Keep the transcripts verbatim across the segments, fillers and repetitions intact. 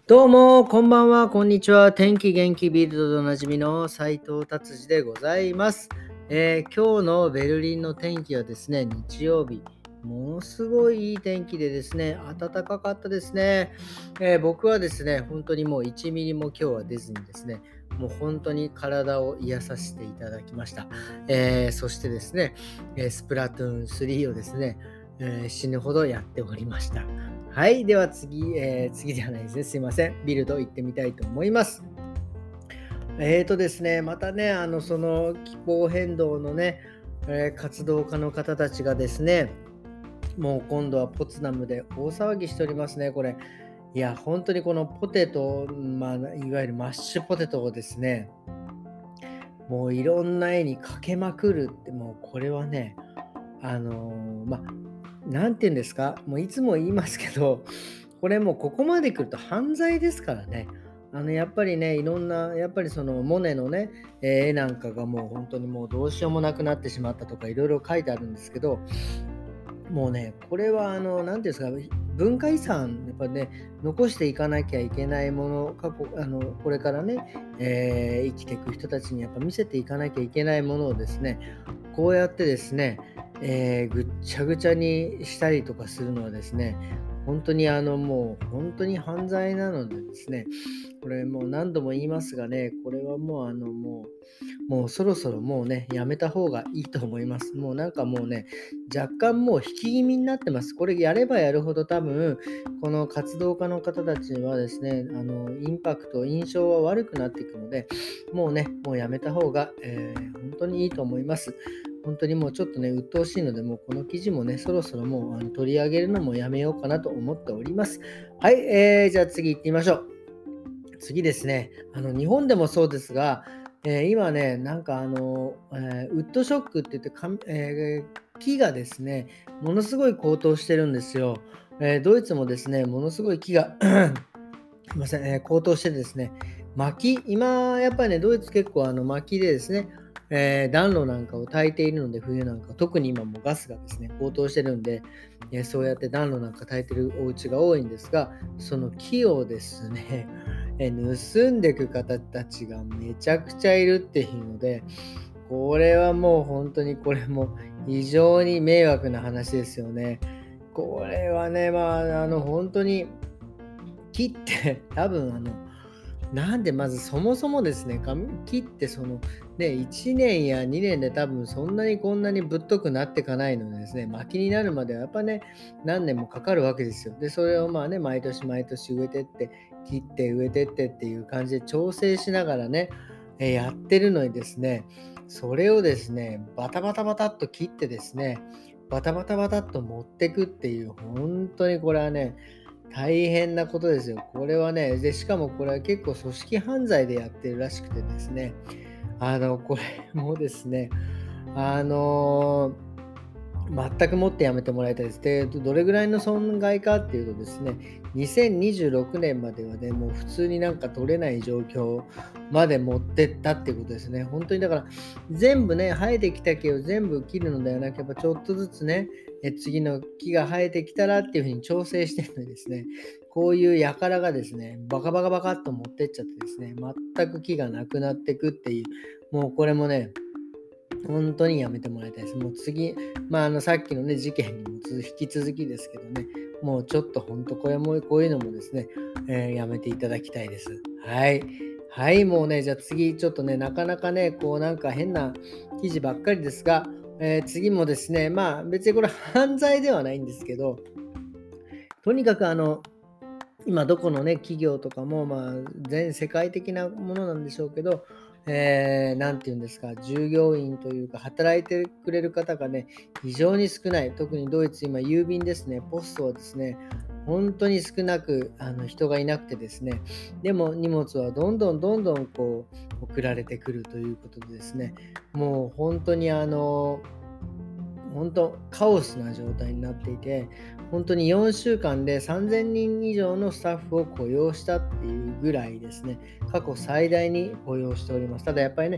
どうも、こんばんは、こんにちは。天気元気ビルドでおなじみの斉藤達治でございます、えー今日のベルリンの天気はですね、日曜日、ものすごいいい天気でですね、暖かかったですね。えー僕はですね、本当にもういちミリも今日は出ずにですね、もう本当に体を癒させていただきました。えーそしてですね、えースプラトゥーンスリーをですね、えー死ぬほどやっておりました。はい。では次、えー次ではないですね。すいません。ビルド行ってみたいと思います。えーとですね、またね、あの、その気候変動のね、えー活動家の方たちがですね、もう今度はポツダムで大騒ぎしておりますね、これ。いや、本当にこのポテト、まあ、いわゆるマッシュポテトをですね、もういろんな絵にかけまくるって、もうこれはね、あのーまあ、なんて言うんですか、もういつも言いますけど、これもうここまで来ると犯罪ですからね。あのやっぱりね、いろんな、やっぱりそのモネのね、えー絵なんかがもう本当にもうどうしようもなくなってしまったとかいろいろ書いてあるんですけど、もうね、これはあの、なんていうんですか、文化遺産、やっぱりね、残していかなきゃいけないもの、過去、あの、これからね、えー生きていく人たちにやっぱ見せていかなきゃいけないものをですね、こうやってですね、えーぐっちゃぐちゃにしたりとかするのはですね、本当にあのもう本当に犯罪なのでですね、これもう何度も言いますがね、これはもうあのもう、もうそろそろもうね、やめた方がいいと思います。もうなんかもうね、若干もう引き気味になってます。これやればやるほど多分、この活動家の方たちはですね、あのインパクト、印象は悪くなっていくので、もうね、もうやめた方が、えー本当にいいと思います。本当にもうちょっとね、鬱陶しいので、もうこの記事もね、そろそろもうあの取り上げるのもやめようかなと思っております。はい、えー、じゃあ次行ってみましょう。次ですね、あの日本でもそうですが、えー今ね、なんかあの、えーウッドショックって言ってかん、えー木がですね、ものすごい高騰してるんですよ。えードイツもですね、ものすごい木がすみません、えー高騰してですね、薪、今、やっぱりね、ドイツ結構あの薪でですね、えー暖炉なんかを焚いているので、冬なんか、特に今もガスがですね、高騰してるんで、えーそうやって暖炉なんか焚いてるお家が多いんですが、その木をですね、えー盗んでいく方たちがめちゃくちゃいるっていうので、これはもう本当にこれも非常に迷惑な話ですよね。これはね、まあ、あの、本当に、木って多分あの、なんでまずそもそもですね、紙木ってそのね、いちねんやにねんで多分そんなにこんなにぶっとくなってかないのでですね、薪になるまではやっぱね、何年もかかるわけですよ。で、それをまあね、毎年毎年植えてって、切って植えてってっていう感じで調整しながらね、えーやってるのにですね、それをですね、バタバタバタっと切ってですね、バタバタバタっと持ってくっていう、本当にこれはね、大変なことですよ。これはね、で、しかもこれは結構組織犯罪でやってるらしくてですね、あの、これもですね、あの全くもってやめてもらいたいです。で、どどれぐらいの損害かっていうとですね、にせんにじゅうろくねんまではね、もう普通になんか取れない状況まで持ってったっていうことですね。本当にだから、全部ね、生えてきた木を全部切るのではなければ、ちょっとずつね、え次の木が生えてきたらっていうふうに調整してるのにですね、こういう輩がですね、バカバカバカっと持ってっちゃってですね、全く木がなくなってくっていう、もうこれもね、本当にやめてもらいたいです。もう次、まあ、あの、さっきのね、事件にもつ引き続きですけどね、もうちょっと本当これも、こういうのもですね、えーやめていただきたいです。はい。はい、もうね、じゃあ次、ちょっとね、なかなかね、こうなんか変な記事ばっかりですが、えー次もですね、まあ別にこれ犯罪ではないんですけど、とにかくあの、今どこのね、企業とかも、まあ、全世界的なものなんでしょうけど、えー、なんて言うんですか、従業員というか、働いてくれる方がね、非常に少ない。特にドイツ、今、郵便ですね、ポストはですね、本当に少なくあの人がいなくてですね、でも荷物はどんどんどんどんこう送られてくるということでですね、もう本当にあの、本当カオスな状態になっていて、本当によんしゅうかんでさんぜんにん以上のスタッフを雇用したっていうぐらいですね、過去最大に雇用しております。ただやっぱりね、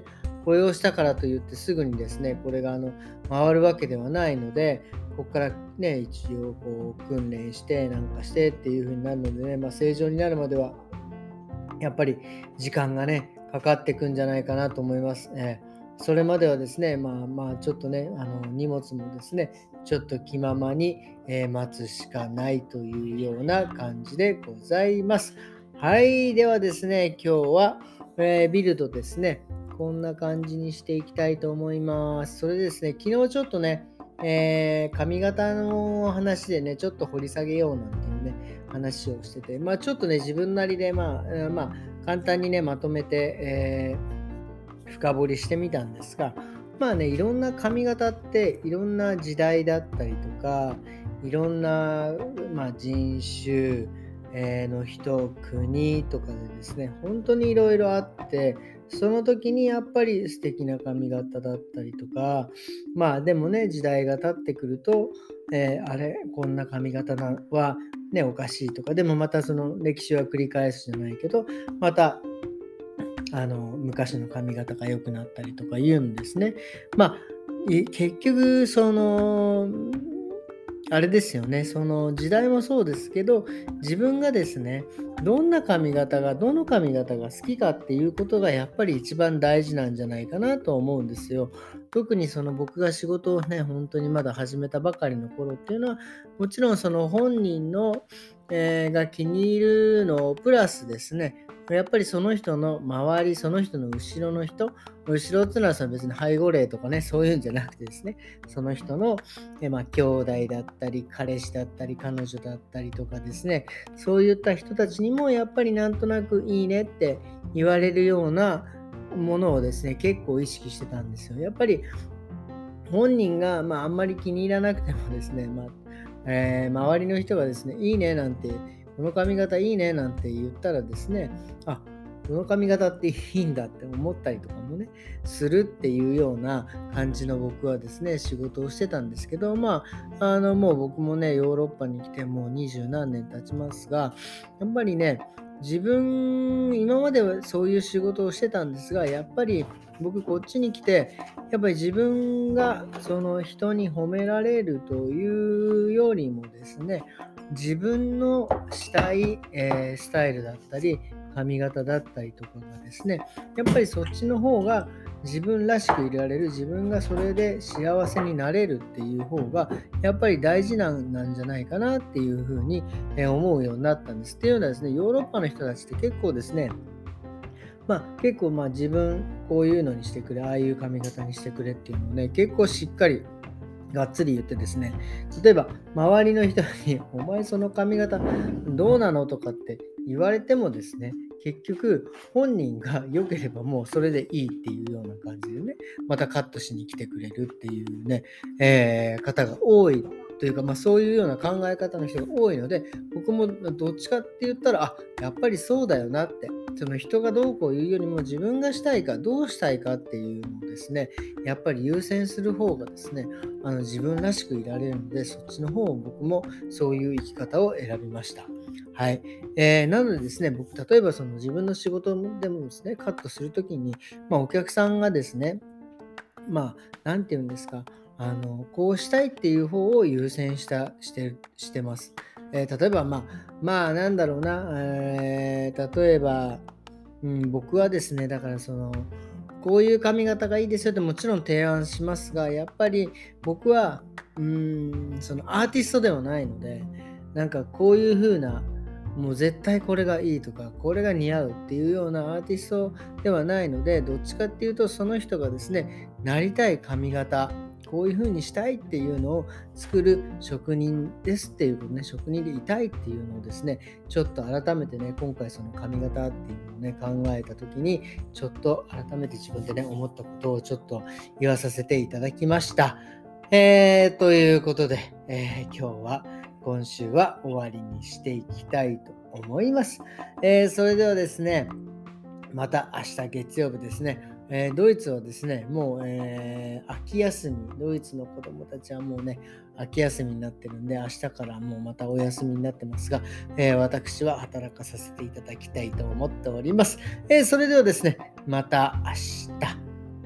雇用したからといってすぐにですね、これがあの回るわけではないので、ここからね、一応こう訓練してなんかしてっていう風になるのでね、まあ、正常になるまではやっぱり時間がね、かかってくんじゃないかなと思います。えーそれまではですね、まあまあちょっとね、あの荷物もですね、ちょっと気ままに、えー待つしかないというような感じでございます。はい、ではですね、今日は、えービルドですね、こんな感じにしていきたいと思います。それでですね、昨日ちょっとね、えー髪型の話でね、ちょっと掘り下げようなんていうね、話をしてて、まあちょっとね、自分なりで、まあ、えーまあ、簡単にね、まとめて、えー深掘りしてみたんですが、まあね、いろんな髪型っていろんな時代だったりとか、いろんな、まあ、人種、えーの人、国とかでですね、本当にいろいろあって、その時にやっぱり素敵な髪型だったりとか、まあでもね、時代が経ってくると、えーあれ、こんな髪型なはね、おかしいとか、でもまたその歴史は繰り返すじゃないけど、またあの昔の髪型が良くなったりとか言うんですね。まあい結局そのあれですよね、その時代もそうですけど、自分がですね、どんな髪型がどの髪型が好きかっていうことがやっぱり一番大事なんじゃないかなと思うんですよ。特にその僕が仕事をね、本当にまだ始めたばかりの頃っていうのは、もちろんその本人の、えーが気に入るのプラスですね、やっぱりその人の周り、その人の後ろの人、後ろっていうのはその別に背後霊とかね、そういうんじゃなくてですね、その人の、えまあ、兄弟だったり、彼氏だったり、彼女だったりとかですね、そういった人たちにもやっぱりなんとなくいいねって言われるようなものをですね、結構意識してたんですよ。やっぱり本人が、まあ、あんまり気に入らなくてもですね、まあえー周りの人がですね、いいねなんて、この髪型いいねなんて言ったらですね、あ、この髪型っていいんだって思ったりとかもね、するっていうような感じの僕はですね、仕事をしてたんですけど、まあ、あの、もう僕もね、ヨーロッパに来てもう二十何年経ちますが、やっぱりね、自分、今まではそういう仕事をしてたんですが、やっぱり僕こっちに来て、やっぱり自分がその人に褒められるというよりもですね、自分のしたい、えースタイルだったり、髪型だったりとかがですね、やっぱりそっちの方が自分らしくいられる、自分がそれで幸せになれるっていう方が、やっぱり大事なんなんじゃないかなっていうふうにえー思うようになったんです。っていうのはですね、ヨーロッパの人たちって結構ですね、まあ、結構まあ自分こういうのにしてくれ、ああいう髪型にしてくれっていうのをね、結構しっかりがっつり言ってですね、例えば周りの人に「お前その髪型どうなの？」とかって言われてもですね、結局本人が良ければもうそれでいいっていうような感じでね、またカットしに来てくれるっていうね、えー方が多いというか、まあ、そういうような考え方の人が多いので、僕もどっちかって言ったら、あ、やっぱりそうだよなって、その人がどうこう言うよりも自分がしたいかどうしたいかっていうのをですね、やっぱり優先する方がですね、あの自分らしくいられるので、そっちの方を僕もそういう生き方を選びました。はい。えーなのでですね、僕、例えばその自分の仕事でもですね、カットするときに、まあ、お客さんがですね、まあ、なんて言うんですか、あの、こうしたいっていう方を優先したしてしてます。えー例えば、まあ、まあ、なんだろうな、えー例えば、うん、僕はですね、だからその、こういう髪型がいいですよってもちろん提案しますが、やっぱり僕は、うーん、そのアーティストではないので、なんかこういう風な、もう絶対これがいいとか、これが似合うっていうようなアーティストではないので、どっちかっていうと、その人がですね、なりたい髪型、こういう風にしたいっていうのを作る職人ですっていうことね、職人でいたいっていうのをですね、ちょっと改めてね、今回その髪型っていうのをね、考えた時に、ちょっと改めて自分でね、思ったことをちょっと言わさせていただきました。えー、ということで、えー今日は、今週は終わりにしていきたいと思います。えーそれではですね、また明日月曜日ですね、えードイツはですね、もう、えー秋休み、ドイツの子供たちはもうね、秋休みになってるんで、明日からもうまたお休みになってますが、えー私は働かさせていただきたいと思っております。えーそれではですね、また明日。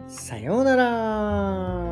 さようなら。